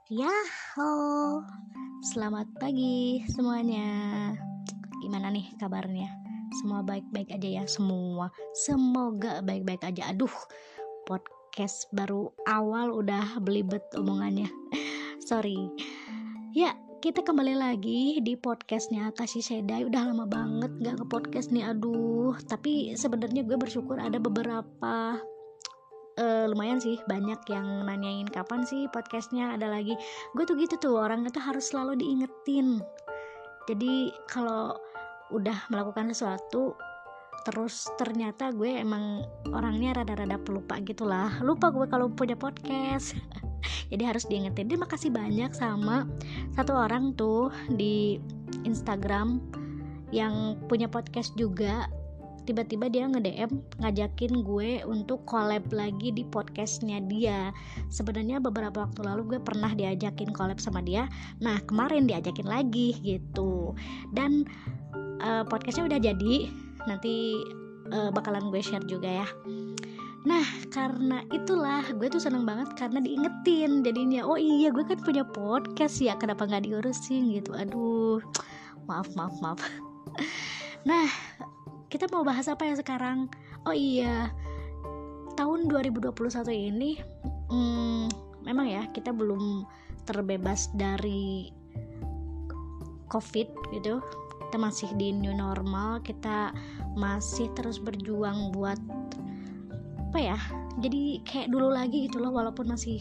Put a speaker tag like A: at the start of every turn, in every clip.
A: Yaho, selamat pagi semuanya. Gimana nih kabarnya? Semua baik-baik aja ya semua. Semoga baik-baik aja. Aduh, podcast baru awal udah belibet omongannya. Sorry. Ya, kita kembali lagi di podcastnya Kasih Sedai. Udah lama banget gak nge-podcast nih. Aduh, tapi sebenarnya gue bersyukur ada beberapa lumayan sih banyak yang nanyain kapan sih podcastnya ada lagi. Gue tuh gitu tuh, orang itu harus selalu diingetin. Jadi kalau udah melakukan sesuatu terus ternyata gue emang orangnya rada-rada pelupa gitulah, lupa gue kalau punya podcast. Jadi harus diingetin. Terima kasih banyak sama satu orang tuh di Instagram yang punya podcast juga. Tiba-tiba dia nge-DM ngajakin gue untuk collab lagi di podcastnya dia. Sebenarnya beberapa waktu lalu gue pernah diajakin collab sama dia. Nah kemarin diajakin lagi gitu. Dan podcastnya udah jadi. Nanti bakalan gue share juga ya. Nah karena itulah gue tuh seneng banget karena diingetin jadinya. Oh iya gue kan punya podcast ya, kenapa gak diurusin gitu. Aduh, maaf. Nah kita mau bahas apa ya sekarang? Oh iya, tahun 2021 ini memang ya kita belum terbebas dari COVID gitu. Kita masih di new normal, kita masih terus berjuang buat apa ya? Jadi kayak dulu lagi gitu loh, walaupun masih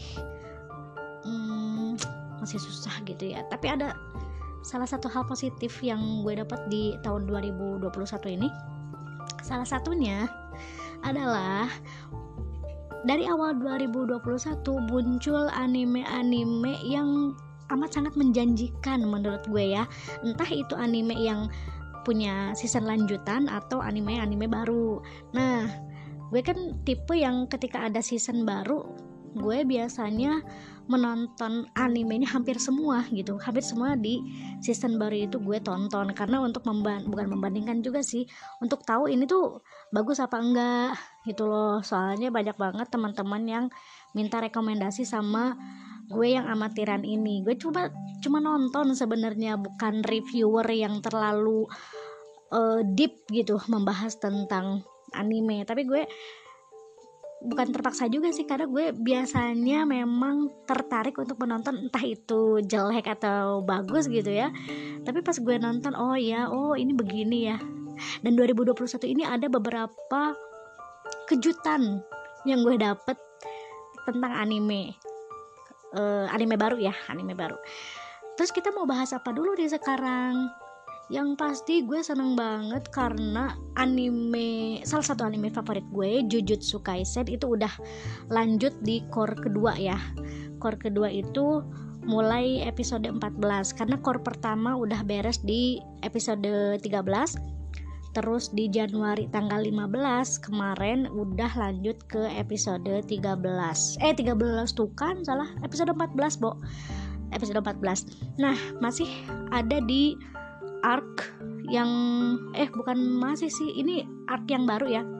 A: susah gitu ya. Tapi ada salah satu hal positif yang gue dapat di tahun 2021 ini. Salah satunya adalah dari awal 2021 muncul anime-anime yang amat sangat menjanjikan menurut gue ya. Entah itu anime yang punya season lanjutan atau anime baru. Nah, gue kan tipe yang ketika ada season baru, gue biasanya menonton animenya hampir semua gitu. Hampir semua di season baru itu gue tonton karena untuk bukan membandingkan juga sih, untuk tahu ini tuh bagus apa enggak gitu loh. Soalnya banyak banget teman-teman yang minta rekomendasi sama gue yang amatiran ini. Gue cuma nonton sebenarnya, bukan reviewer yang terlalu deep gitu membahas tentang anime. Tapi gue bukan terpaksa juga sih, karena gue biasanya memang tertarik untuk menonton entah itu jelek atau bagus gitu ya. Tapi pas gue nonton, oh ini begini ya. Dan 2021 ini ada beberapa kejutan yang gue dapet tentang anime baru ya, anime baru. Terus kita mau bahas apa dulu nih sekarang? Yang pasti gue seneng banget karena salah satu anime favorit gue, Jujutsu Kaisen, itu udah lanjut di core kedua ya. Core kedua itu mulai episode 14, karena core pertama udah beres di episode 13. Terus di Januari tanggal 15 kemarin udah lanjut ke episode 13 tuh kan, salah, episode 14 episode 14. Nah masih ada di arc yang masih sih, ini arc yang baru ya,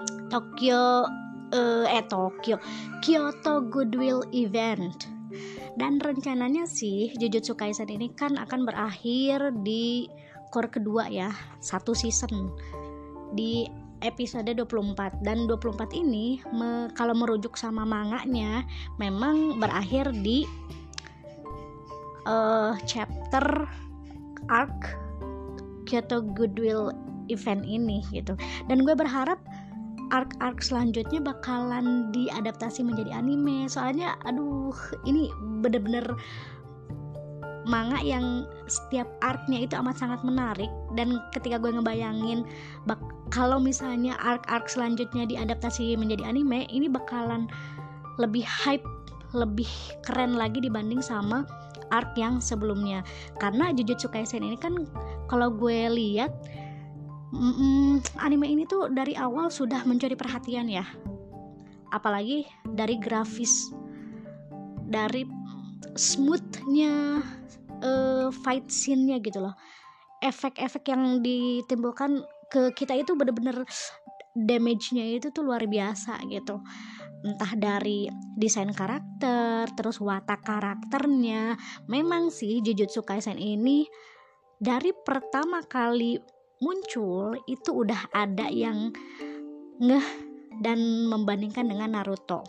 A: Kyoto Goodwill Event. Dan rencananya sih Jujutsu Kaisen ini kan akan berakhir di core kedua ya, satu season di episode 24. Dan 24 ini kalau merujuk sama manganya memang berakhir di chapter arc Kyoto Goodwill Event ini gitu. Dan gue berharap arc selanjutnya bakalan diadaptasi menjadi anime. Soalnya ini bener-bener manga yang setiap arc-nya itu amat sangat menarik. Dan ketika gue ngebayangin kalau misalnya arc selanjutnya diadaptasi menjadi anime, ini bakalan lebih hype, lebih keren lagi dibanding sama arc yang sebelumnya. Karena Jujutsu Kaisen ini kan kalau gue lihat anime ini tuh dari awal sudah mencuri perhatian ya. Apalagi dari grafis, dari smoothnya fight scene-nya gitu loh. Efek-efek yang ditimbulkan ke kita itu bener-bener damage-nya itu tuh luar biasa gitu. Entah dari desain karakter, terus watak karakternya. Memang sih Jujutsu Kaisen ini dari pertama kali muncul itu udah ada yang ngeh dan membandingkan dengan Naruto.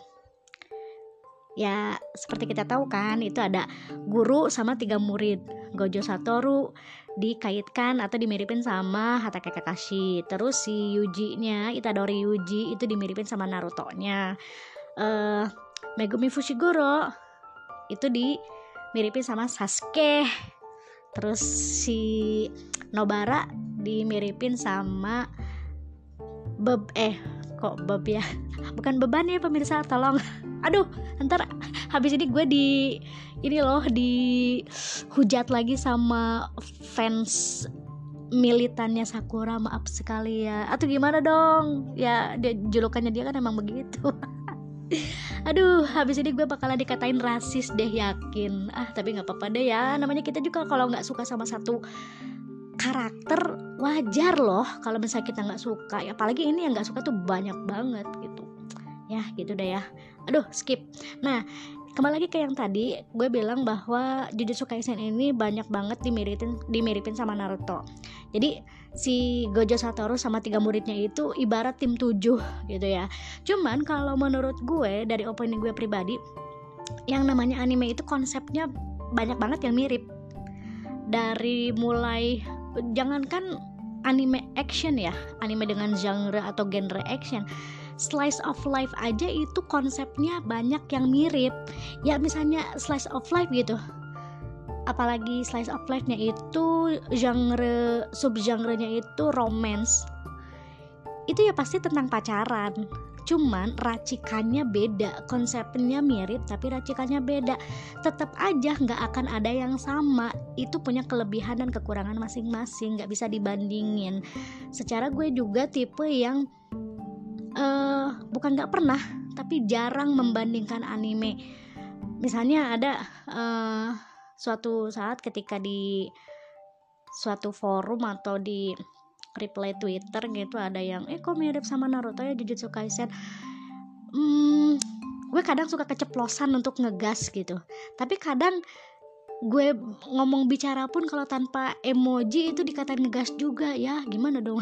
A: Ya seperti kita tahu kan, itu ada guru sama 3 murid. Gojo Satoru dikaitkan atau dimiripin sama Hatake Kakashi. Terus si Yuji-nya, Itadori Yuji itu dimiripin sama Naruto-nya. Megumi Fushiguro itu dimiripin sama Sasuke. Terus si Nobara dimiripin sama Beb ya, bukan beban ya pemirsa, tolong. Aduh, ntar habis ini gue dihujat lagi sama fans militannya Sakura, maaf sekali ya. Atau gimana dong? Ya julukannya dia kan emang begitu. Aduh, habis ini gue bakalan dikatain rasis deh, yakin. Tapi nggak apa-apa deh ya. Namanya kita juga kalau nggak suka sama satu karakter wajar loh kalau misalnya kita nggak suka ya, apalagi ini yang nggak suka tuh banyak banget gitu ya, gitu deh ya. Aduh, skip. Nah, kembali lagi ke yang tadi gue bilang bahwa Jujutsu Kaisen ini banyak banget dimiripin sama Naruto. Jadi si Gojo Satoru sama 3 muridnya itu ibarat tim 7 gitu ya. Cuman kalau menurut gue, dari opini gue pribadi, yang namanya anime itu konsepnya banyak banget yang mirip. Dari mulai, jangankan anime action ya, anime dengan genre atau genre action, slice of life aja itu konsepnya banyak yang mirip. Ya misalnya slice of life gitu, apalagi slice of life-nya itu genre, subgenrenya itu romance, itu ya pasti tentang pacaran. Cuman racikannya beda, konsepnya mirip tapi racikannya beda. Tetap aja nggak akan ada yang sama. Itu punya kelebihan dan kekurangan masing-masing, nggak bisa dibandingin. Secara gue juga tipe yang bukan nggak pernah, tapi jarang membandingkan anime. Misalnya ada suatu saat ketika di suatu forum atau di reply Twitter gitu, ada yang kok mirip sama Naruto ya Jujutsu Kaisen. Gue kadang suka keceplosan untuk ngegas gitu, tapi kadang gue ngomong bicara pun kalau tanpa emoji itu dikatain ngegas juga ya, gimana dong.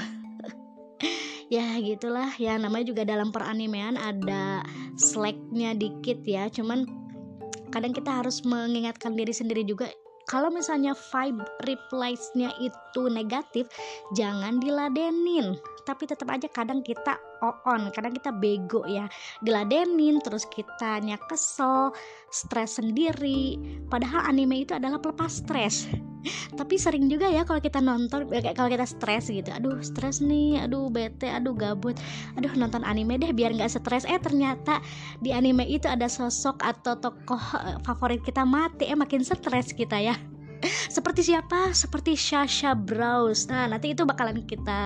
A: Ya gitulah ya, namanya juga dalam peranimean ada slacknya dikit ya. Cuman kadang kita harus mengingatkan diri sendiri juga, kalau misalnya vibe replies-nya itu negatif, jangan diladenin. Tapi tetap aja kadang kita on, kadang kita bego ya, diladenin terus kitanya kesel, stres sendiri. Padahal anime itu adalah pelepas stres. Tapi sering juga ya kalau kita nonton, kalau kita stres gitu, aduh stres nih, aduh bete, aduh gabut, aduh nonton anime deh biar nggak stres. Ternyata di anime itu ada sosok atau tokoh favorit kita mati, makin stres kita ya. Seperti siapa? Seperti Sasha Browse. Nah nanti itu bakalan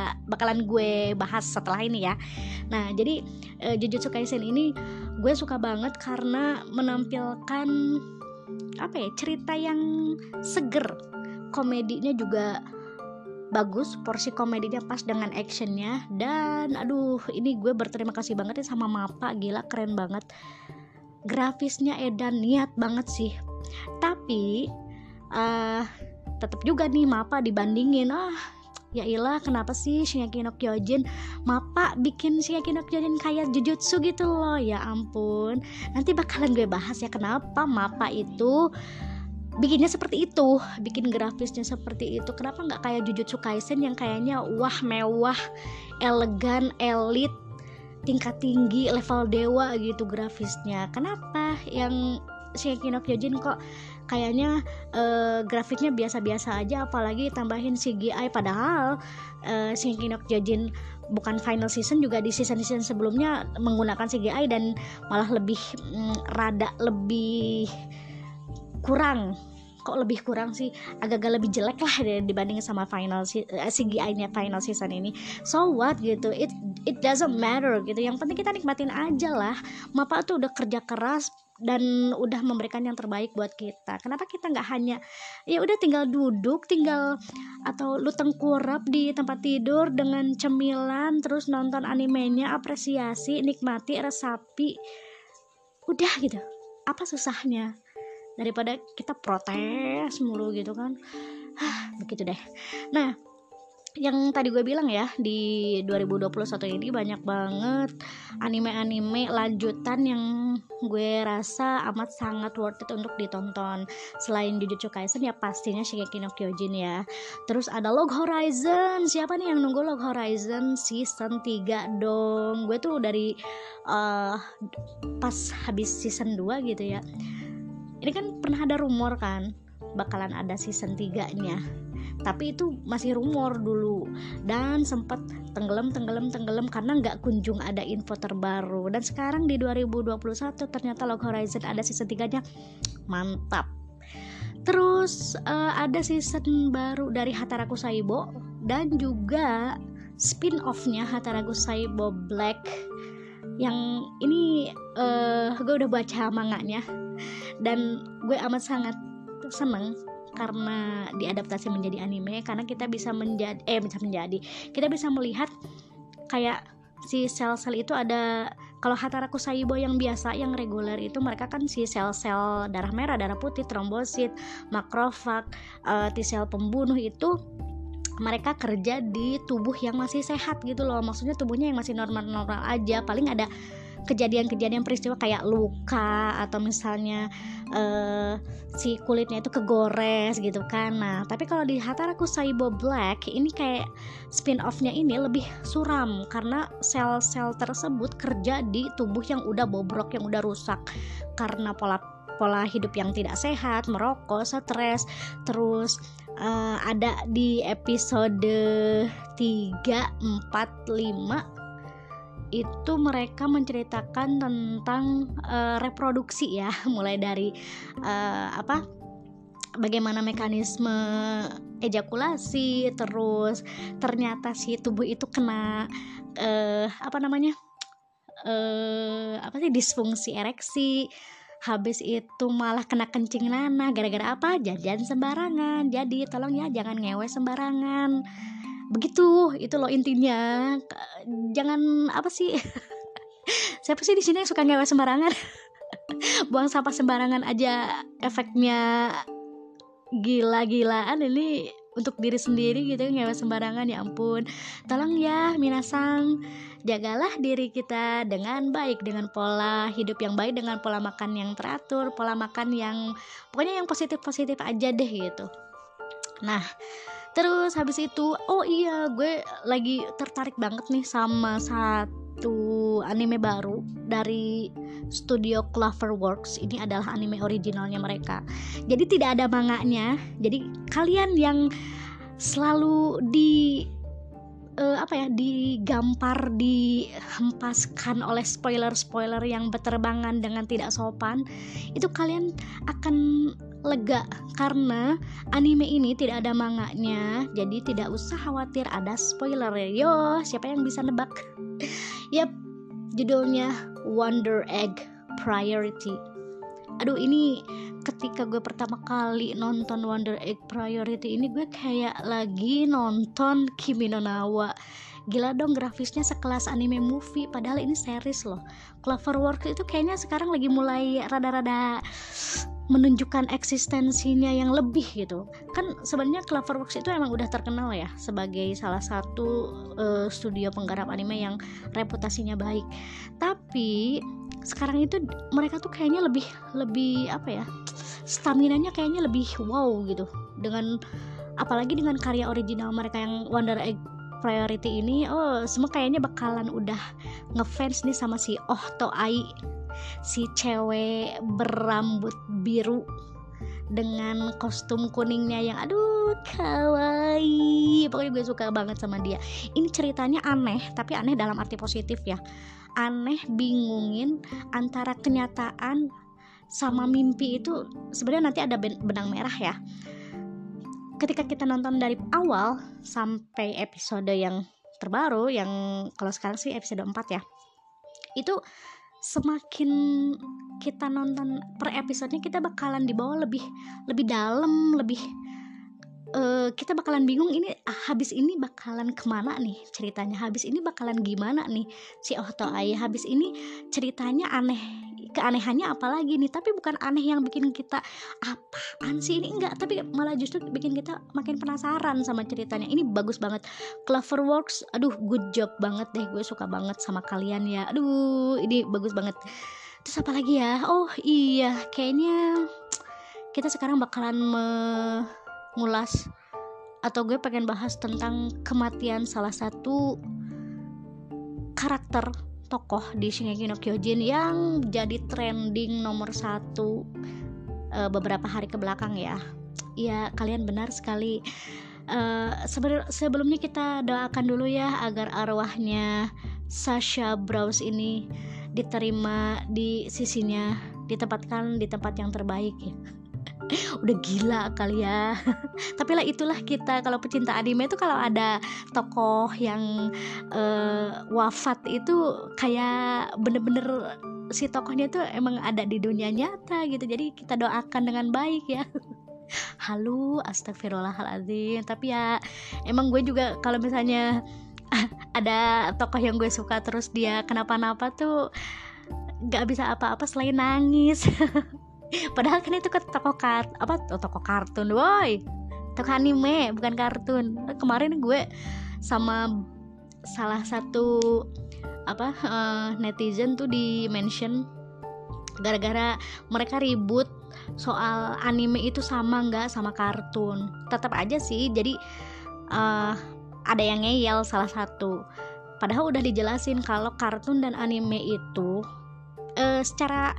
A: gue bahas setelah ini ya. Nah jadi Jujutsu Kaisen ini gue suka banget karena menampilkan cerita yang seger. Komedinya juga bagus, porsi komedinya pas dengan actionnya. Dan aduh, ini gue berterima kasih banget ya sama MAPPA, gila keren banget. Grafisnya edan, niat banget sih. Tapi tetap juga nih MAPPA dibandingin, ya ilah kenapa sih Shingeki no Kyojin MAPPA bikin Shingeki no Kyojin kayak Jujutsu gitu loh. Ya ampun, nanti bakalan gue bahas ya kenapa MAPPA itu bikinnya seperti itu, bikin grafisnya seperti itu. Kenapa nggak kayak Jujutsu Kaisen yang kayaknya wah, mewah, elegan, elit, tingkat tinggi, level dewa gitu grafisnya. Kenapa yang Shingeki no Kyojin kok kayaknya grafiknya biasa-biasa aja, apalagi tambahin CGI. Padahal Shingeki no Kyojin bukan final season, juga di season-season sebelumnya menggunakan CGI dan malah lebih rada lebih kurang. Kok lebih kurang sih, agak-agak lebih jelek lah dibandingin sama final CGI-nya final season ini. So what gitu, it doesn't matter gitu. Yang penting kita nikmatin aja lah. MAPPA tuh udah kerja keras dan udah memberikan yang terbaik buat kita. Kenapa kita nggak hanya ya udah tinggal duduk, tinggal atau lu tengkurap di tempat tidur dengan cemilan, terus nonton animenya, apresiasi, nikmati, resapi, udah gitu. Apa susahnya? Daripada kita protes mulu gitu kan. Begitu deh. Nah, yang tadi gue bilang ya, di 2021 ini banyak banget anime-anime lanjutan yang gue rasa amat sangat worth it untuk ditonton. Selain Jujutsu Kaisen ya pastinya Shingeki no Kyojin ya. Terus ada Log Horizon. Siapa nih yang nunggu Log Horizon season 3 dong? Gue tuh dari pas habis season 2 gitu ya. Ini kan pernah ada rumor kan bakalan ada season 3-nya. Tapi itu masih rumor dulu dan sempat tenggelam karena nggak kunjung ada info terbaru. Dan sekarang di 2021 ternyata Log Horizon ada season 3-nya. Mantap. Terus ada season baru dari Hataraku Saibo dan juga spin-off-nya Hataraku Saibo Black. Yang ini gue udah baca manganya dan gue amat sangat seneng karena diadaptasi menjadi anime, karena kita bisa kita bisa melihat kayak si sel-sel itu ada. Kalau Hataraku Saibo yang biasa, yang reguler itu mereka kan si sel-sel darah merah, darah putih, trombosit, makrofag, T-sel pembunuh itu mereka kerja di tubuh yang masih sehat gitu loh. Maksudnya tubuhnya yang masih normal-normal aja. Paling ada kejadian-kejadian peristiwa kayak luka atau misalnya si kulitnya itu kegores gitu kan. Nah, tapi kalau di Hataraku Saibo Black ini kayak spin-off-nya ini lebih suram karena sel-sel tersebut kerja di tubuh yang udah bobrok, yang udah rusak karena pola hidup yang tidak sehat, merokok, stres. Terus ada di episode 3, 4, 5 itu mereka menceritakan tentang reproduksi ya, mulai dari bagaimana mekanisme ejakulasi, terus ternyata si tubuh itu kena disfungsi ereksi. Habis itu malah kena kencing nanah gara-gara apa? Jajan sembarangan. Jadi tolong ya jangan ngewe sembarangan. Begitu, itu loh intinya. Jangan siapa sih di sini yang suka ngewe sembarangan? Buang sampah sembarangan aja efeknya gila-gilaan. Ini untuk diri sendiri gitu, ngewe sembarangan, ya ampun. Tolong ya minasang, jagalah diri kita dengan baik, dengan pola hidup yang baik, dengan pola makan yang teratur, pola makan yang pokoknya yang positif-positif aja deh gitu. Nah, terus habis itu gue lagi tertarik banget nih sama satu anime baru dari studio Cloverworks. Ini adalah anime originalnya mereka. Jadi tidak ada manganya. Jadi kalian yang selalu digampar, dihempaskan oleh spoiler yang berterbangan dengan tidak sopan, itu kalian akan lega karena anime ini tidak ada manganya. Jadi tidak usah khawatir ada spoiler. Yo, siapa yang bisa nebak? Yap, judulnya Wonder Egg Priority. Aduh, ini ketika gue pertama kali nonton Wonder Egg Priority ini, gue kayak lagi nonton Kimi no Na wa. Gila dong, grafisnya sekelas anime movie, padahal ini series loh. Cloverworks itu kayaknya sekarang lagi mulai rada-rada menunjukkan eksistensinya yang lebih gitu. Kan sebenarnya Cloverworks itu emang udah terkenal ya sebagai salah satu studio penggarap anime yang reputasinya baik. Tapi sekarang itu mereka tuh kayaknya lebih staminanya kayaknya lebih wow gitu. Dengan apalagi dengan karya original mereka yang Wonder Egg Priority ini, semua kayaknya bakalan udah ngefans nih sama si Ohto Ai, si cewek berambut biru dengan kostum kuningnya yang aduh kawaii. Pokoknya gue suka banget sama dia. Ini ceritanya aneh, tapi aneh dalam arti positif ya. Aneh, bingungin antara kenyataan sama mimpi. Itu sebenarnya nanti ada benang merah ya. Ketika kita nonton dari awal sampai episode yang terbaru, yang kalau sekarang sih episode 4 ya, itu semakin kita nonton per episodenya kita bakalan dibawa lebih dalam, kita bakalan bingung ini habis ini bakalan kemana nih ceritanya, habis ini bakalan gimana nih si Ohto Ai, habis ini ceritanya keanehannya apa lagi nih. Tapi bukan aneh yang bikin kita apaan sih ini, enggak, tapi malah justru bikin kita makin penasaran sama ceritanya. Ini bagus banget, Cloverworks, aduh good job banget deh, gue suka banget sama kalian ya, aduh ini bagus banget. Terus apa lagi ya, oh iya kayaknya kita sekarang bakalan mengulas atau gue pengen bahas tentang kematian salah satu karakter tokoh di Shingeki no Kyojin yang jadi trending nomor 1 beberapa hari ke belakang ya. Ya kalian benar sekali. Sebelumnya kita doakan dulu ya agar arwahnya Sasha Browse ini diterima di sisinya, ditempatkan di tempat yang terbaik ya. Udah gila kali ya. Tapi lah itulah kita kalau pecinta anime itu, kalau ada tokoh yang wafat itu kayak bener-bener si tokohnya tuh emang ada di dunia nyata gitu. Jadi kita doakan dengan baik ya. Halu, astagfirullahaladzim. Tapi ya emang gue juga kalau misalnya ada tokoh yang gue suka terus dia kenapa-napa tuh gak bisa apa-apa selain nangis. Padahal kan itu toko kartun, woi, toko anime bukan kartun. Kemarin gue sama salah satu netizen tuh di mention gara-gara mereka ribut soal anime itu sama nggak sama kartun. Tetap aja sih, jadi ada yang ngeyel salah satu. Padahal udah dijelasin kalau kartun dan anime itu secara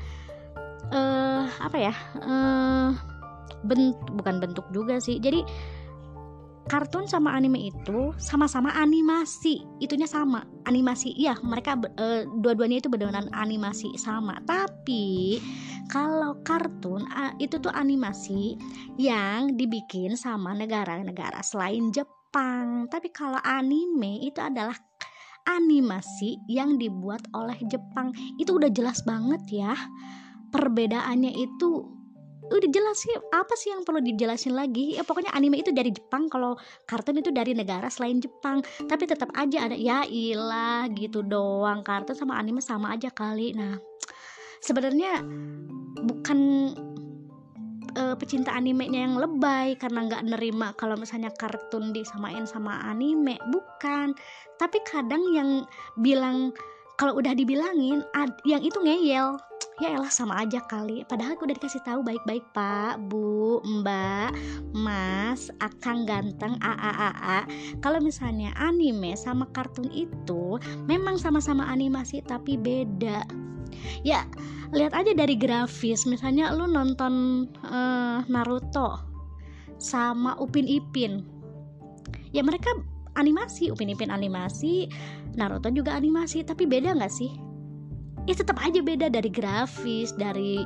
A: bukan bentuk juga sih. Jadi kartun sama anime itu sama-sama animasi, itunya sama, animasi. Iya, mereka dua-duanya itu benar-benar animasi sama. Tapi kalau kartun itu tuh animasi yang dibikin sama negara-negara selain Jepang. Tapi kalau anime itu adalah animasi yang dibuat oleh Jepang. Itu udah jelas banget ya. Perbedaannya itu udah jelas sih, apa sih yang perlu dijelasin lagi ya. Pokoknya anime itu dari Jepang, kalau kartun itu dari negara selain Jepang. Tapi tetap aja ada, ya ilah gitu doang, kartun sama anime sama aja kali. Nah sebenarnya bukan pecinta animenya yang lebay karena nggak nerima kalau misalnya kartun disamain sama anime, bukan. Tapi kadang yang bilang, kalau udah dibilangin yang itu ngeyel, ya elah sama aja kali. Padahal aku udah dikasih tahu baik-baik, Pak, Bu, Mbak, Mas, Akang ganteng, A. Kalau misalnya anime sama kartun itu memang sama-sama animasi tapi beda. Ya lihat aja dari grafis. Misalnya lu nonton Naruto sama Upin Ipin, ya mereka animasi, Upin Ipin animasi, Naruto juga animasi, tapi beda nggak sih? Ya tetap aja beda dari grafis, dari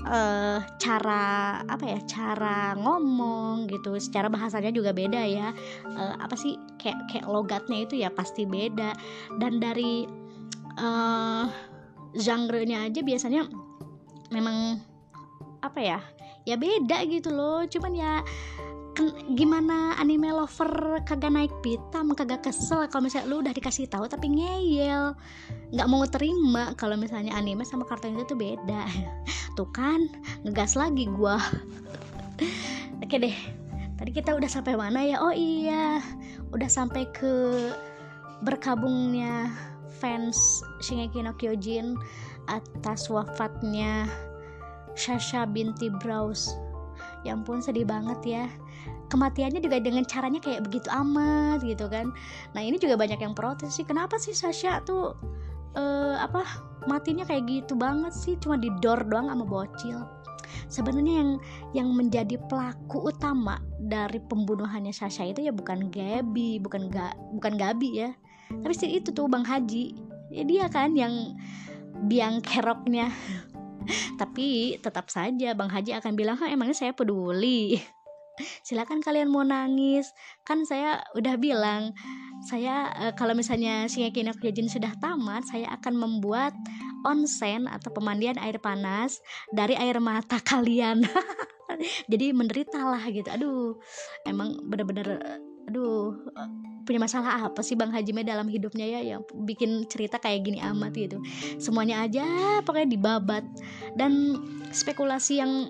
A: cara ngomong gitu, secara bahasanya juga beda ya. Kayak logatnya itu ya pasti beda. Dan dari genre-nya aja biasanya memang ya beda gitu loh. Cuman ya gimana anime lover kagak naik pitam, kagak kesel kalau misalnya lu udah dikasih tahu tapi ngeyel, nggak mau terima kalau misalnya anime sama kartun itu tuh beda. Tuh kan ngegas lagi gua. Oke deh, tadi kita udah sampai mana ya? Oh iya, udah sampai ke berkabungnya fans Shingeki no Kyojin atas wafatnya Sasha binti Browse. Ya ampun, sedih banget ya. Kematiannya juga dengan caranya kayak begitu amat gitu kan. Nah ini juga banyak yang protes sih, kenapa sih Sasha tuh matinya kayak gitu banget sih, cuma didor doang sama bocil. Sebenarnya yang menjadi pelaku utama dari pembunuhannya Sasha itu ya bukan Gabi, bukan Gabi ya, tapi sih itu tuh Bang Haji. Ya dia kan yang biang keroknya. Tapi tetap saja Bang Haji akan bilang, emangnya saya peduli? Silakan kalian mau nangis, kan saya udah bilang, saya kalau misalnya Shingeki no Kyojin sudah tamat, saya akan membuat onsen atau pemandian air panas dari air mata kalian. Jadi menderita lah gitu. Aduh, emang bener-bener punya masalah apa sih Bang Hajime dalam hidupnya ya yang bikin cerita kayak gini amat gitu. Semuanya aja pokoknya dibabat, dan spekulasi yang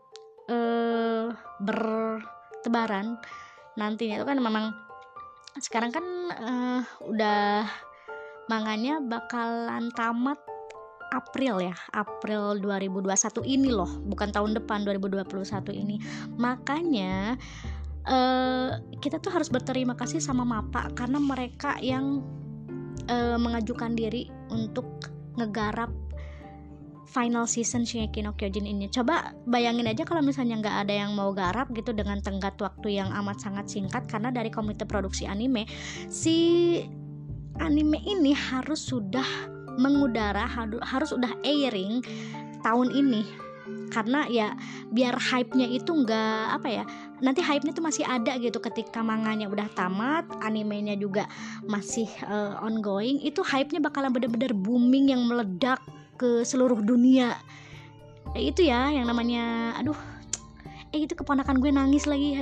A: bertebaran nantinya itu kan memang sekarang kan udah manganya bakalan tamat April 2021 ini loh, bukan tahun depan 2021 ini. Makanya kita tuh harus berterima kasih sama MAPPA karena mereka yang mengajukan diri untuk ngegarap final season Shingeki no Kyojin ini. Coba bayangin aja kalau misalnya nggak ada yang mau garap gitu dengan tenggat waktu yang amat sangat singkat, karena dari komite produksi anime, si anime ini harus sudah mengudara, harus udah airing tahun ini. Karena ya biar hype-nya itu nggak nanti hype-nya tuh masih ada gitu ketika manganya udah tamat, animenya juga masih ongoing, itu hype-nya bakalan bener-bener booming yang meledak ke seluruh dunia. Itu ya yang namanya itu keponakan gue nangis lagi,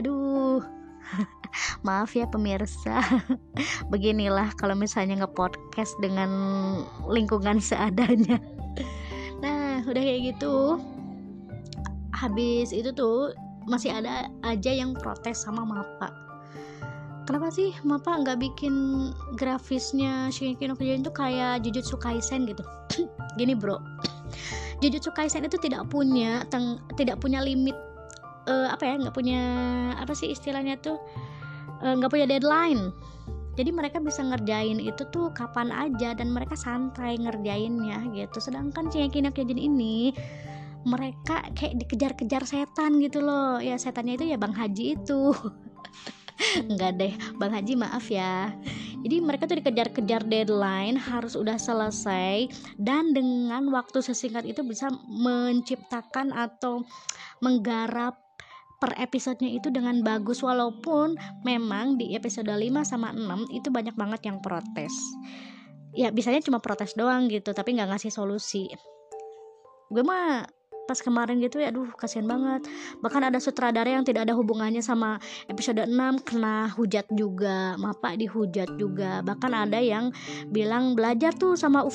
A: maaf ya pemirsa. Beginilah kalau misalnya nge-podcast dengan lingkungan seadanya. Nah udah kayak gitu, habis itu tuh masih ada aja yang protes sama MAPPA. Kenapa sih MAPPA nggak bikin grafisnya Shingeki no Kyojin itu kayak Jujutsu Kaisen gitu? Gini bro, Jujutsu Kaisen itu tidak punya limit, nggak punya istilahnya tuh, nggak punya deadline. Jadi mereka bisa ngerjain itu tuh kapan aja dan mereka santai ngerjainnya gitu. Sedangkan Shingeki no Kyojin ini mereka kayak dikejar-kejar setan gitu loh. Ya setannya itu ya Bang Haji itu. Enggak deh Bang Haji, maaf ya. Jadi mereka tuh dikejar-kejar deadline, harus udah selesai, dan dengan waktu sesingkat itu bisa menciptakan atau menggarap per episodenya itu dengan bagus. Walaupun memang di episode 5 sama 6 itu banyak banget yang protes. Ya bisanya cuma protes doang gitu, tapi gak ngasih solusi. Gue mah pas kemarin gitu ya, kasihan banget. Bahkan ada sutradara yang tidak ada hubungannya sama episode 6 kena hujat juga, MAPPA dihujat juga. Bahkan ada yang bilang belajar tuh sama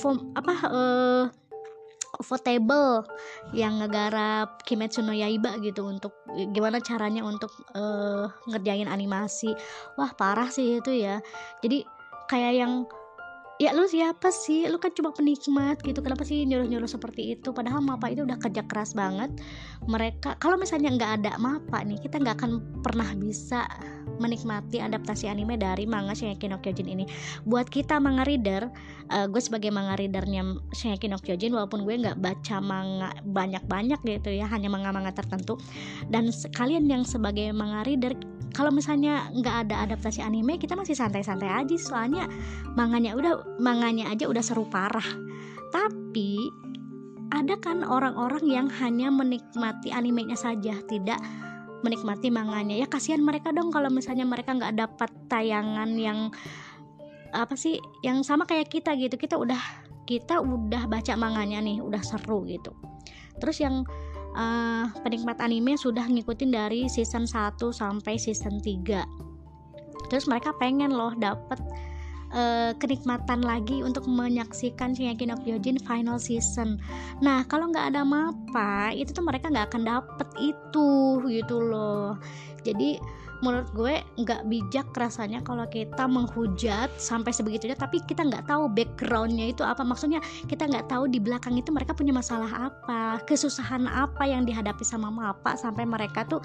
A: Ufotable yang ngegarap Kimetsu no Yaiba gitu, untuk gimana caranya untuk ngerjain animasi. Wah parah sih itu ya. Jadi kayak yang, ya lu siapa sih, lu kan cuma penikmat gitu, kenapa sih nyuruh-nyuruh seperti itu? Padahal MAPPA itu udah kerja keras banget. Mereka, kalau misalnya nggak ada MAPPA nih, kita nggak akan pernah bisa menikmati adaptasi anime dari manga Shingeki no Kyojin ini. Buat kita manga reader, gue sebagai manga readernya Shingeki no Kyojin, walaupun gue nggak baca manga banyak-banyak gitu ya, hanya manga-manga tertentu, dan kalian yang sebagai manga reader, kalau misalnya nggak ada adaptasi anime, kita masih santai-santai aja, soalnya manganya aja udah seru parah. Tapi ada kan orang-orang yang hanya menikmati animenya saja, tidak menikmati manganya. Ya kasihan mereka dong kalau misalnya mereka nggak dapat tayangan yang yang sama kayak kita gitu. Kita udah baca manganya nih, udah seru gitu. Terus yang penikmat anime sudah ngikutin dari season 1 sampai season 3. Terus mereka pengen loh dapet kenikmatan lagi untuk menyaksikan Shingeki no Kyojin final season. Nah kalau nggak ada MAPPA itu tuh mereka nggak akan dapet itu gitu loh. Jadi menurut gue nggak bijak rasanya kalau kita menghujat sampai sebegitunya, tapi kita nggak tahu backgroundnya itu apa. Maksudnya kita nggak tahu di belakang itu mereka punya masalah apa, kesusahan apa yang dihadapi sama MAPPA sampai mereka tuh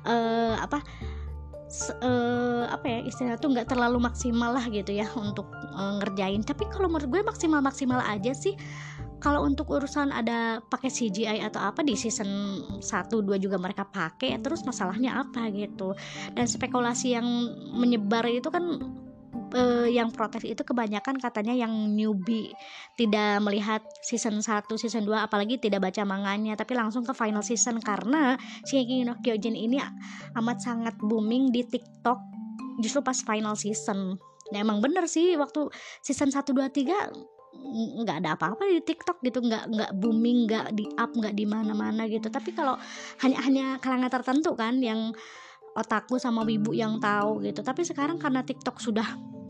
A: istilah tuh nggak terlalu maksimal lah gitu ya untuk ngerjain. Tapi kalau menurut gue maksimal aja sih. Kalau untuk urusan ada pakai CGI atau apa di season 1-2 juga mereka pakai, terus masalahnya apa gitu. Dan spekulasi yang menyebar itu kan yang protes itu kebanyakan katanya yang newbie, tidak melihat season 1, season 2, apalagi tidak baca manganya, tapi langsung ke final season karena Shingeki no Kyojin ini amat sangat booming di TikTok justru pas final season. Nah emang bener sih waktu season 1, 2, 3 nggak ada apa-apa di TikTok gitu, nggak booming, nggak di up, nggak di mana-mana gitu. Tapi kalau hanya kalangan tertentu kan yang otaku sama wibu yang tahu gitu. Tapi sekarang karena TikTok sudah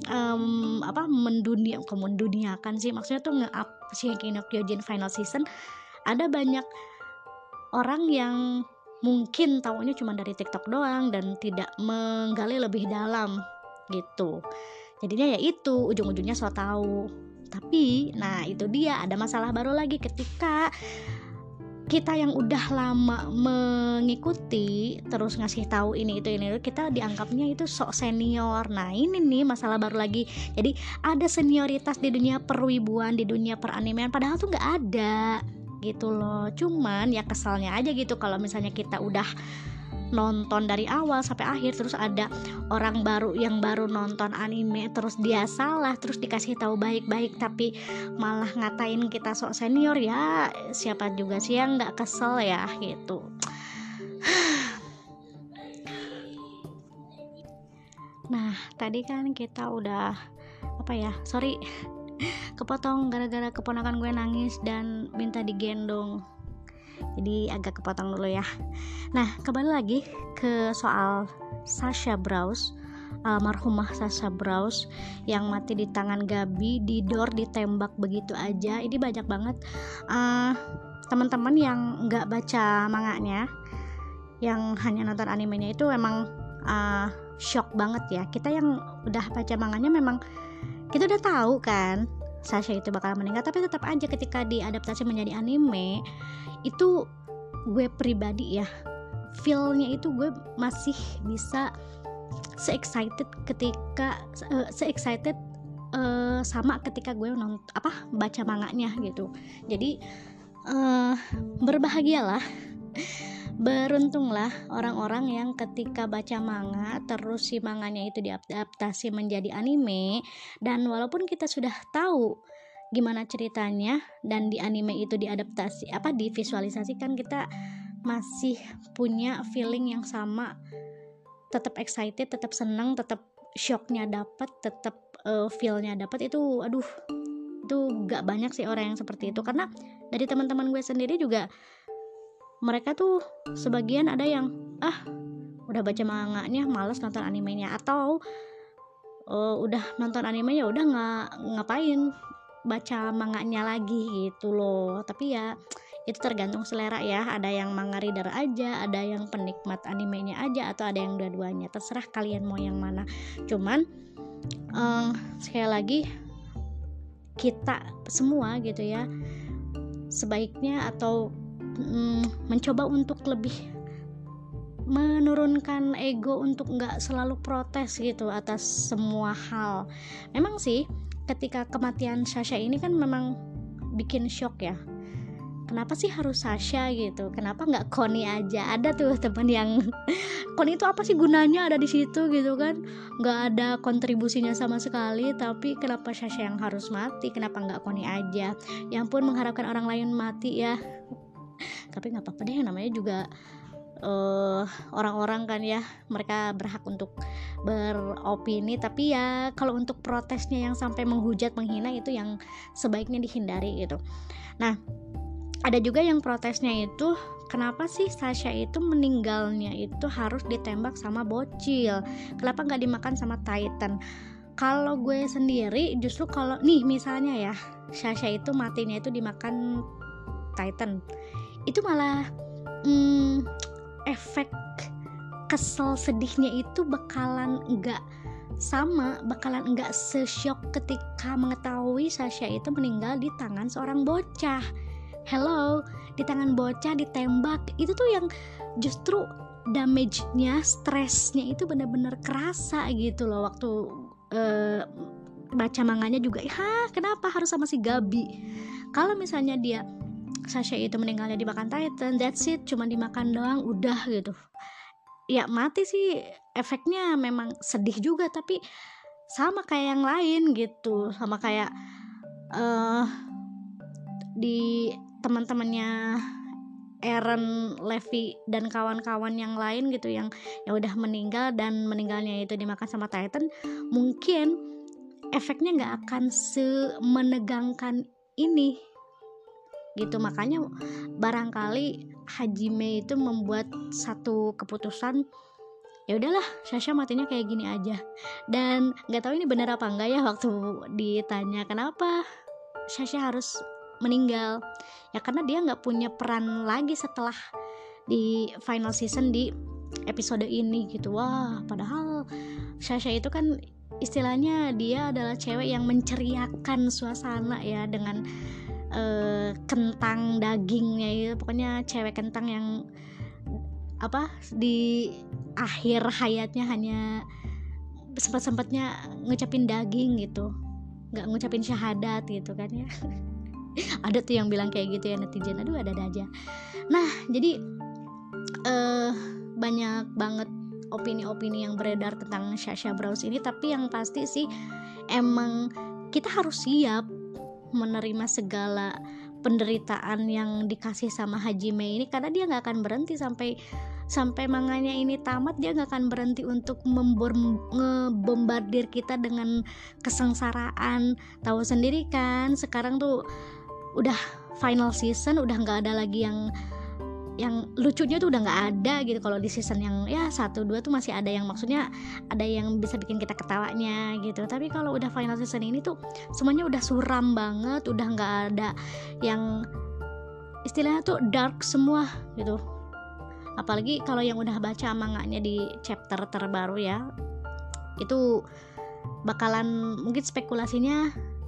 A: menduniakan sih, maksudnya tuh nge-up Shingeki no Kyojin final season, ada banyak orang yang mungkin taunya cuma dari TikTok doang dan tidak menggali lebih dalam gitu. Jadinya ya itu ujung-ujungnya so tahu. Tapi nah itu dia, ada masalah baru lagi ketika kita yang udah lama mengikuti terus ngasih tahu ini itu, kita dianggapnya itu sok senior. Nah ini nih masalah baru lagi. Jadi ada senioritas di dunia perwibuan, di dunia peranimean, padahal tuh nggak ada gitu loh. Cuman ya kesalnya aja gitu kalau misalnya kita udah nonton dari awal sampai akhir terus ada orang baru yang baru nonton anime terus dia salah, terus dikasih tahu baik-baik tapi malah ngatain kita sok senior. Ya siapa juga sih yang nggak kesel ya gitu. Nah tadi kan kita udah kepotong gara-gara keponakan gue nangis dan minta digendong, jadi agak kepotong dulu ya. Nah kembali lagi ke soal Sasha Braus, almarhumah Sasha Braus yang mati di tangan Gabi, ditembak begitu aja. Ini banyak banget teman-teman yang nggak baca manganya, yang hanya nonton animenya itu emang shock banget ya. Kita yang udah baca manganya memang kita udah tahu kan Sasha itu bakal meninggal, tapi tetap aja ketika diadaptasi menjadi anime itu gue pribadi ya, feel-nya itu gue masih bisa se-excited sama ketika gue baca manganya gitu. Jadi berbahagialah, beruntunglah orang-orang yang ketika baca manga terus si manganya itu diadaptasi menjadi anime, dan walaupun kita sudah tahu gimana ceritanya dan di anime itu divisualisasikan, kita masih punya feeling yang sama, tetap excited, tetap senang, tetap shocknya dapat, tetap feel-nya dapat. Itu gak banyak sih orang yang seperti itu, karena dari teman-teman gue sendiri juga mereka tuh sebagian ada yang udah baca manganya malas nonton animenya, atau udah nonton animenya udah nggak ngapain baca manganya lagi gitu loh. Tapi ya itu tergantung selera ya, ada yang manga reader aja, ada yang penikmat animenya aja, atau ada yang dua-duanya, terserah kalian mau yang mana. Cuman sekali lagi kita semua gitu ya, sebaiknya atau mencoba untuk lebih menurunkan ego untuk nggak selalu protes gitu atas semua hal. Memang sih ketika kematian Sasha ini kan memang bikin shock ya, kenapa sih harus Sasha gitu, kenapa nggak Connie aja? Ada tuh teman yang Connie itu apa sih gunanya ada di situ gitu kan, nggak ada kontribusinya sama sekali, tapi kenapa Sasha yang harus mati, kenapa nggak Connie aja? Yang pun mengharapkan orang lain mati ya, tapi nggak apa-apa deh, namanya juga orang-orang kan ya, mereka berhak untuk beropini. Tapi ya kalau untuk protesnya yang sampai menghujat, menghina, itu yang sebaiknya dihindari gitu. Nah ada juga yang protesnya itu, kenapa sih Sasha itu meninggalnya itu harus ditembak sama bocil, kenapa nggak dimakan sama Titan? Kalau gue sendiri justru kalau nih misalnya ya Sasha itu matinya itu dimakan Titan, itu malah efek kesel sedihnya itu bakalan enggak se-shock ketika mengetahui Sasha itu meninggal di tangan seorang bocah. Hello, di tangan bocah ditembak, itu tuh yang justru damage-nya, stresnya itu benar-benar kerasa gitu loh. Waktu baca manganya juga, kenapa harus sama si Gabi? Kalau misalnya Sasha itu meninggalnya dimakan Titan, that's it, cuma dimakan doang udah gitu, ya mati sih, efeknya memang sedih juga, tapi sama kayak yang lain gitu, sama kayak di teman-temannya Eren, Levi dan kawan-kawan yang lain gitu, yang udah meninggal dan meninggalnya itu dimakan sama Titan. Mungkin efeknya nggak akan semenegangkan ini gitu. Makanya barangkali Hajime itu membuat satu keputusan, ya udahlah Sasha matinya kayak gini aja. Dan nggak tahu ini benar apa enggak ya, waktu ditanya kenapa Sasha harus meninggal, ya karena dia nggak punya peran lagi setelah di final season di episode ini gitu. Wah, padahal Sasha itu kan istilahnya dia adalah cewek yang menceriakan suasana ya dengan kentang dagingnya itu, pokoknya cewek kentang yang di akhir hayatnya hanya sempat-sempatnya ngucapin daging gitu, nggak ngucapin syahadat gitu kan ya. Ada tuh yang bilang kayak gitu ya netizen, aduh ada aja. Nah jadi banyak banget opini-opini yang beredar tentang Sasha Browse ini, tapi yang pasti sih emang kita harus siap menerima segala penderitaan yang dikasih sama Hajime ini, karena dia nggak akan berhenti sampai manganya ini tamat. Dia nggak akan berhenti untuk ngebombardir kita dengan kesengsaraan. Tahu sendiri kan sekarang tuh udah final season, udah nggak ada lagi yang lucunya tuh udah nggak ada gitu. Kalau di season yang ya 1-2 tuh masih ada yang maksudnya ada yang bisa bikin kita ketawanya gitu, tapi kalau udah final season ini tuh semuanya udah suram banget, udah nggak ada yang istilahnya tuh dark semua gitu. Apalagi kalau yang udah baca manganya di chapter terbaru ya, itu bakalan mungkin spekulasinya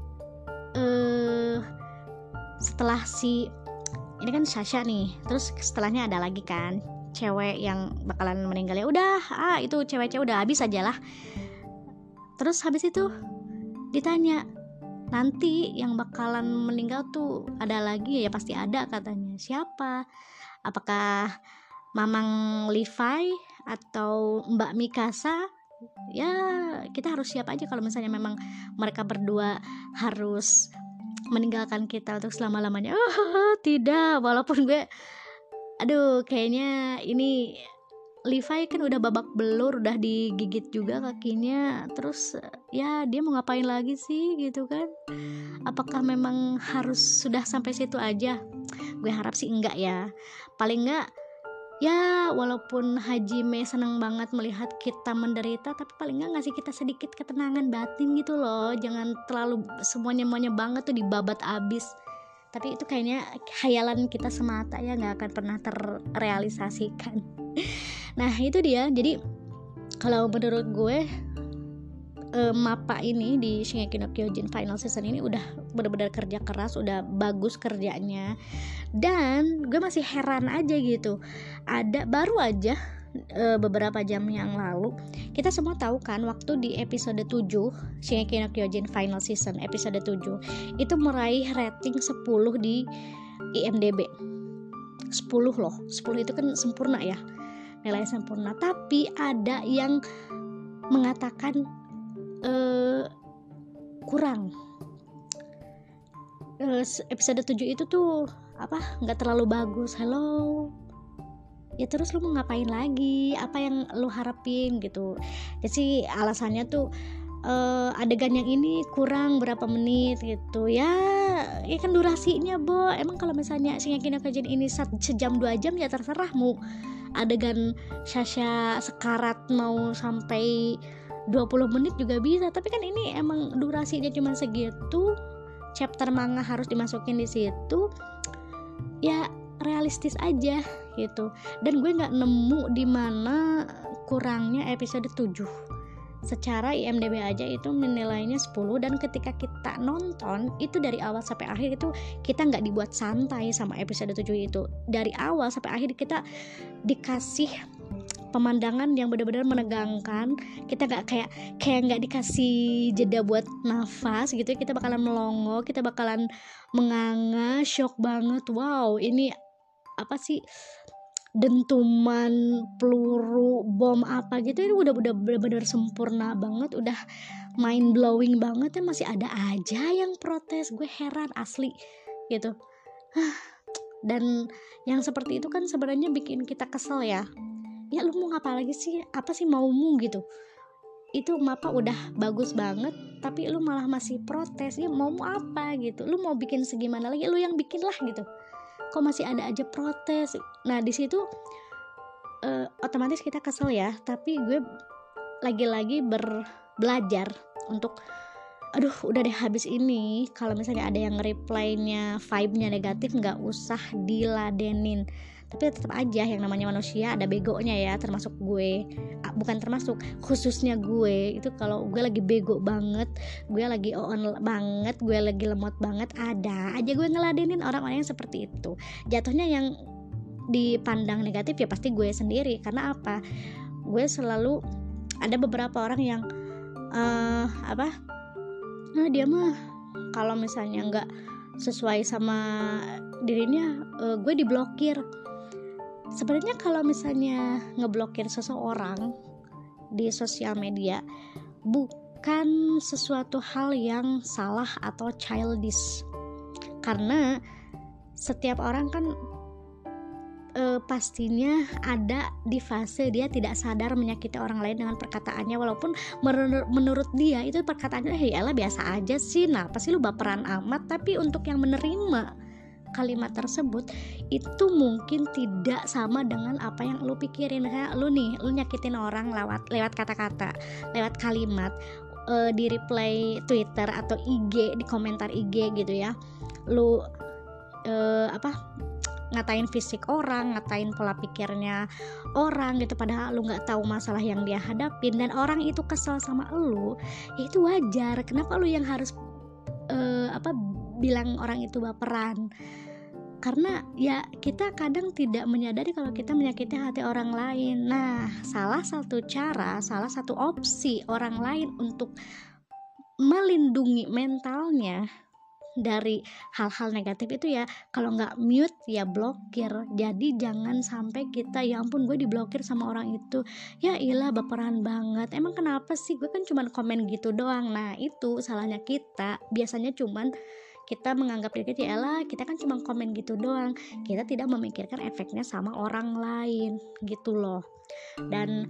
A: setelah ini kan Sasha nih, terus setelahnya ada lagi kan cewek yang bakalan meninggal, ya udah itu cewek-cewek udah habis aja lah. Terus habis itu ditanya nanti yang bakalan meninggal tuh ada lagi ya, pasti ada katanya. Siapa? Apakah Mamang Levi atau Mbak Mikasa? Ya kita harus siap aja kalau misalnya memang mereka berdua harus meninggalkan kita untuk selama-lamanya. Tidak, walaupun gue kayaknya ini Levi kan udah babak belur, udah digigit juga kakinya, terus ya dia mau ngapain lagi sih gitu kan. Apakah memang harus sudah sampai situ aja? Gue harap sih enggak ya. Paling enggak ya walaupun Hajime senang banget melihat kita menderita, tapi paling nggak ngasih kita sedikit ketenangan batin gitu loh. Jangan terlalu semuanya banget tuh dibabat abis. Tapi itu kayaknya khayalan kita semata ya, nggak akan pernah terrealisasikan. Nah itu dia. Jadi kalau menurut gue Mappa ini di Shingeki no Kyojin final season ini udah benar-benar kerja keras, udah bagus kerjanya. Dan gue masih heran aja gitu, baru aja beberapa jam yang lalu kita semua tahu kan waktu di episode 7 Shingeki no Kyojin final season episode 7 itu meraih rating 10 di IMDb. 10 loh, 10 itu kan sempurna ya, nilai sempurna. Tapi ada yang mengatakan kurang. Episode 7 itu tuh nggak terlalu bagus. Hello, ya terus lu mau ngapain lagi? Apa yang lu harapin gitu? Jadi alasannya tuh adegan yang ini kurang berapa menit gitu ya kan durasinya emang kalau misalnya Shingeki no Kyojin ini sejam 2 jam ya terserah mau adegan Sasha sekarat mau sampai 20 menit juga bisa, tapi kan ini emang durasinya cuma segitu, chapter manga harus dimasukin di situ, ya realistis aja gitu. Dan gue nggak nemu di mana kurangnya episode 7. Secara IMDb aja itu menilainya 10, dan ketika kita nonton itu dari awal sampai akhir itu kita nggak dibuat santai sama episode 7 itu. Dari awal sampai akhir kita dikasih pemandangan yang benar-benar menegangkan. Kita nggak kayak nggak dikasih jeda buat nafas gitu. Kita bakalan melongo, kita bakalan menganga, shock banget. Wow, ini apa sih, dentuman peluru bom apa gitu, ini udah benar-benar sempurna banget, udah mind blowing banget. Dan masih ada aja yang protes, gue heran asli gitu. Dan yang seperti itu kan sebenarnya bikin kita kesel ya. Ya lu mau ngapa lagi sih, apa sih maumu gitu. itu mapa udah bagus banget tapi lu malah masih protes, ya mau apa gitu, lu mau bikin segimana lagi, lu yang bikin lah gitu, kok masih ada aja protes. Nah di situ otomatis kita kesel ya, tapi gue lagi-lagi belajar untuk aduh udah deh, habis ini kalau misalnya ada yang reply-nya vibe-nya negatif nggak usah diladenin. Tapi tetap aja yang namanya manusia ada begonya ya, termasuk gue, bukan termasuk, khususnya gue itu kalau gue lagi bego banget, gue lagi on banget, gue lagi lemot banget, ada aja gue ngeladenin orang-orang yang seperti itu. Jatuhnya yang dipandang negatif ya pasti gue sendiri. Karena apa, gue selalu ada beberapa orang yang dia mah kalau misalnya nggak sesuai sama dirinya gue diblokir. Sebenarnya kalau misalnya ngeblokir seseorang di sosial media bukan sesuatu hal yang salah atau childish, karena setiap orang kan pastinya ada di fase dia tidak sadar menyakiti orang lain dengan perkataannya, walaupun menurut dia itu perkataannya yalah biasa aja sih, nah pasti lu baperan amat. Tapi untuk yang menerima kalimat tersebut itu mungkin tidak sama dengan apa yang lu pikirin. Kayak lu nyakitin orang lewat kata-kata, lewat kalimat, di reply Twitter atau IG, di komentar IG gitu ya, lu ngatain fisik orang, ngatain pola pikirnya orang gitu, padahal lu nggak tahu masalah yang dia hadapin dan orang itu kesel sama lu, ya itu wajar. Kenapa lu yang harus bilang orang itu baperan? Karena ya kita kadang tidak menyadari kalau kita menyakiti hati orang lain. Nah, salah satu opsi orang lain untuk melindungi mentalnya dari hal-hal negatif itu ya kalau nggak mute ya blokir. Jadi jangan sampai kita ya ampun gue diblokir sama orang itu, ya ilah baperan banget, emang kenapa sih, gue kan cuman komen gitu doang. Nah itu salahnya kita, biasanya cuman kita menganggap diri kita, yalah kita kan cuma komen gitu doang, kita tidak memikirkan efeknya sama orang lain gitu loh. Dan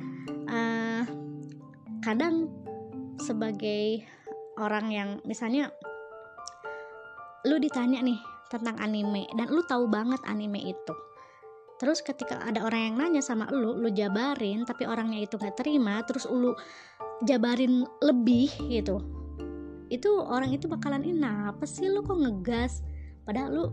A: kadang sebagai orang yang misalnya lu ditanya nih tentang anime dan lu tahu banget anime itu, terus ketika ada orang yang nanya sama lu jabarin tapi orangnya itu gak terima, terus lu jabarin lebih gitu, itu orang itu bakalan apa sih lu kok ngegas, padahal lu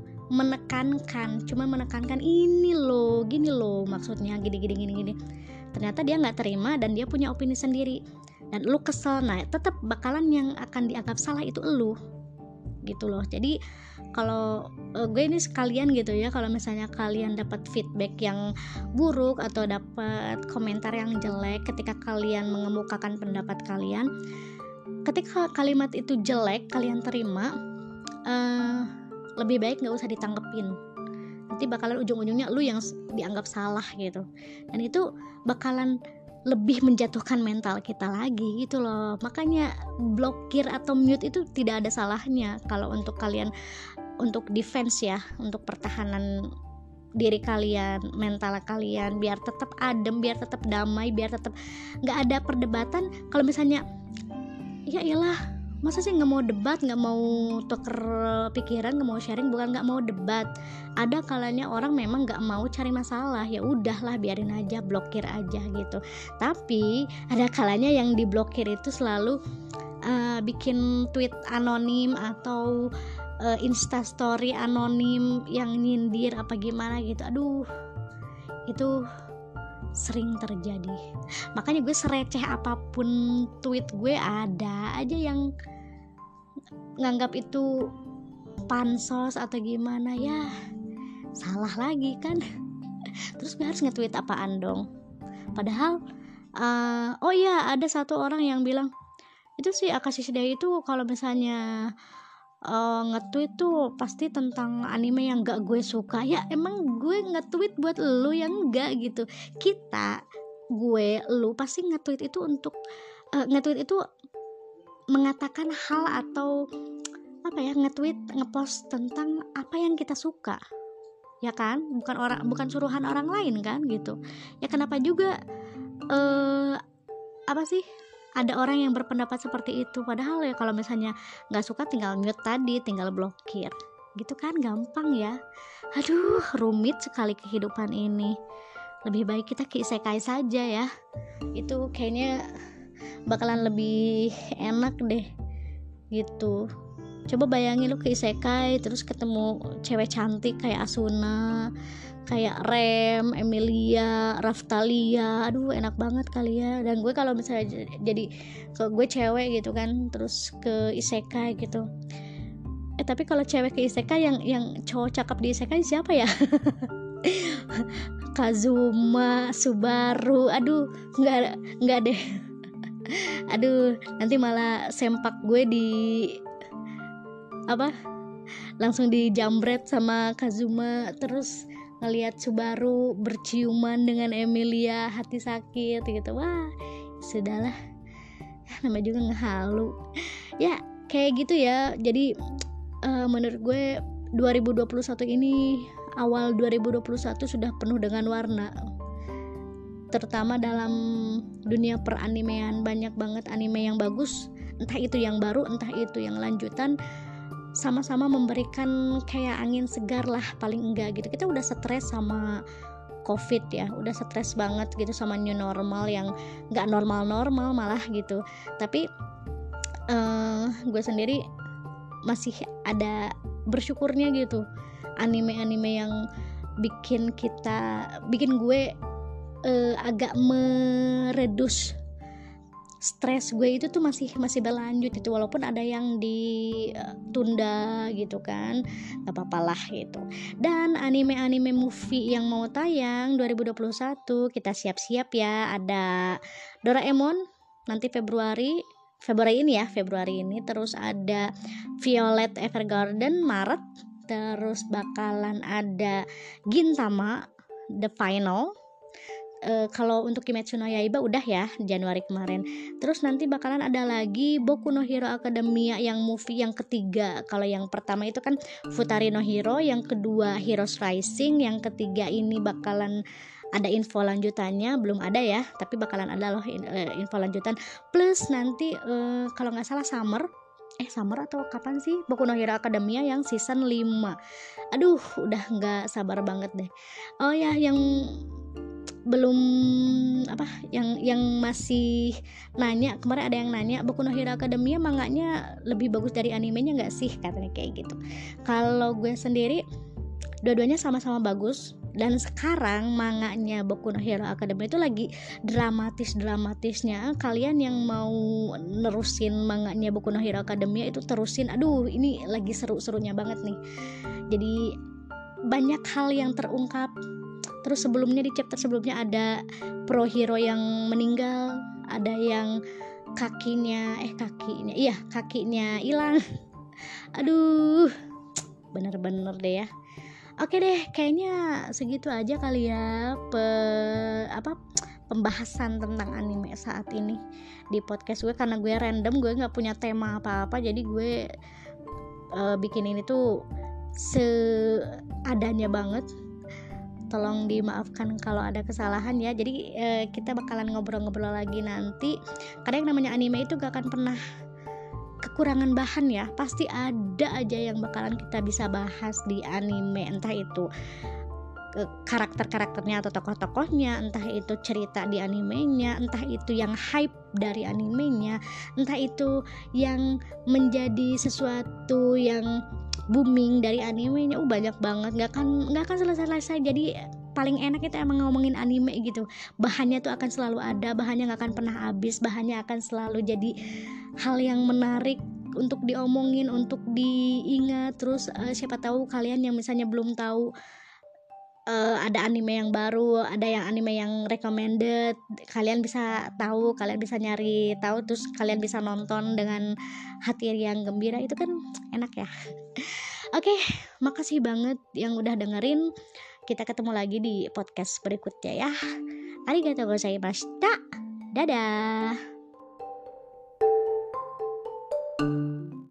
A: cuma menekankan ini loh, gini loh maksudnya gini. Ternyata dia gak terima dan dia punya opini sendiri dan lu kesel. Nah tetap bakalan yang akan dianggap salah itu lu gitu loh. Jadi kalau gue ini sekalian gitu ya, kalau misalnya kalian dapat feedback yang buruk atau dapat komentar yang jelek ketika kalian mengemukakan pendapat kalian, ketika kalimat itu jelek kalian terima, lebih baik nggak usah ditanggepin. Nanti bakalan ujung-ujungnya lu yang dianggap salah gitu, dan itu bakalan lebih menjatuhkan mental kita lagi gitu loh. Makanya blokir atau mute itu tidak ada salahnya kalau untuk kalian, untuk defense ya, untuk pertahanan diri kalian, mental kalian, biar tetap adem, biar tetap damai, biar tetap nggak ada perdebatan. Kalau misalnya ya iyalah masa sih nggak mau debat, nggak mau tuker pikiran, nggak mau sharing, bukan nggak mau debat. Ada kalanya orang memang nggak mau cari masalah, ya udahlah biarin aja, blokir aja gitu. Tapi ada kalanya yang diblokir itu selalu bikin tweet anonim atau instastory anonim yang nyindir apa gimana gitu. Aduh, itu sering terjadi. Makanya gue sereceh apapun tweet gue, ada aja yang nganggap itu pansos atau gimana, ya salah lagi kan. Terus gue harus nge-tweet apaan dong? Padahal oh iya, ada satu orang yang bilang itu sih Akashi Shidai itu kalau misalnya nge-tweet tuh pasti tentang anime yang gak gue suka. Ya emang gue nge-tweet buat lu yang enggak gitu. Lu pasti nge-tweet itu untuk nge-tweet itu mengatakan hal atau apa ya, nge-tweet, nge-post tentang apa yang kita suka, ya kan, bukan suruhan orang lain kan gitu. Ya kenapa juga apa sih ada orang yang berpendapat seperti itu, padahal ya kalau misalnya nggak suka tinggal mute tadi, tinggal blokir gitu kan, gampang ya. Aduh, rumit sekali kehidupan ini. Lebih baik kita ke isekai saja ya, itu kayaknya bakalan lebih enak deh gitu. Coba bayangin lu ke isekai terus ketemu cewek cantik kayak Asuna, kayak Rem, Emilia, Raftalia, aduh enak banget kali ya. Dan gue kalau misalnya jadi ke gue cewek gitu kan, terus ke isekai gitu, tapi kalau cewek ke isekai yang cowok cakep di isekai siapa ya? Kazuma, Subaru, aduh nggak deh. Aduh, nanti malah sempak gue di langsung dijambret sama Kazuma, terus ngelihat Subaru berciuman dengan Emilia, hati sakit gitu. Wah, sudahlah, namanya juga ngehalu ya, kayak gitu ya. Jadi menurut gue 2021 ini, awal 2021 sudah penuh dengan warna, terutama dalam dunia peranimean. Banyak banget anime yang bagus, entah itu yang baru, entah itu yang lanjutan, sama-sama memberikan kayak angin segar lah paling enggak gitu. Kita udah stres sama COVID ya, udah stres banget gitu sama new normal yang nggak normal malah gitu. Tapi gue sendiri masih ada bersyukurnya gitu, anime-anime yang bikin gue agak meredus stres gue itu tuh masih berlanjut itu, walaupun ada yang ditunda gitu kan, gak apa-apa lah gitu. Dan anime-anime movie yang mau tayang 2021 kita siap-siap ya. Ada Doraemon nanti Februari ini, terus ada Violet Evergarden Maret, terus bakalan ada Gintama The Final. Kalau untuk Kimetsu no Yaiba udah ya Januari kemarin. Terus nanti bakalan ada lagi Boku no Hero Academia yang movie yang ketiga. Kalau yang pertama itu kan Futari no Hero, yang kedua Heroes Rising, yang ketiga ini bakalan ada info lanjutannya, belum ada ya, tapi bakalan ada loh info lanjutan. Plus nanti kalau nggak salah summer atau kapan sih, Boku no Hero Academia yang season 5. Aduh, udah nggak sabar banget deh. Oh ya, yang belum yang masih nanya, kemarin ada yang nanya Boku no Hero Academia manganya lebih bagus dari animenya nggak sih, katanya kayak gitu. Kalau gue sendiri dua-duanya sama-sama bagus, dan sekarang manganya Boku no Hero Academia itu lagi dramatisnya. Kalian yang mau nerusin manganya Boku no Hero Academia itu terusin, aduh ini lagi seru-serunya banget nih. Jadi banyak hal yang terungkap. Terus sebelumnya di chapter sebelumnya ada pro hero yang meninggal, ada yang kakinya hilang. Aduh, bener-bener deh ya. Oke deh, kayaknya segitu aja kali ya pembahasan tentang anime saat ini di podcast gue, karena gue random, gue nggak punya tema apa-apa, jadi gue bikin ini tuh seadanya banget. Tolong dimaafkan kalau ada kesalahan ya. Jadi kita bakalan ngobrol-ngobrol lagi nanti, karena yang namanya anime itu gak akan pernah kekurangan bahan ya, pasti ada aja yang bakalan kita bisa bahas di anime, entah itu karakter-karakternya atau tokoh-tokohnya, entah itu cerita di animenya, entah itu yang hype dari animenya, entah itu yang menjadi sesuatu yang booming dari animenya. Banyak banget, nggak akan selesai. Jadi paling enak itu emang ngomongin anime gitu, bahannya tuh akan selalu ada, bahannya nggak akan pernah habis, bahannya akan selalu jadi hal yang menarik untuk diomongin, untuk diingat. Terus siapa tahu kalian yang misalnya belum tahu ada anime yang baru, ada yang anime yang recommended, kalian bisa tahu, kalian bisa nyari tahu, terus kalian bisa nonton dengan hati yang gembira, itu kan enak ya. Oke, makasih banget yang udah dengerin. Kita ketemu lagi di podcast berikutnya ya. Arigatou gozaimashita. Dadah.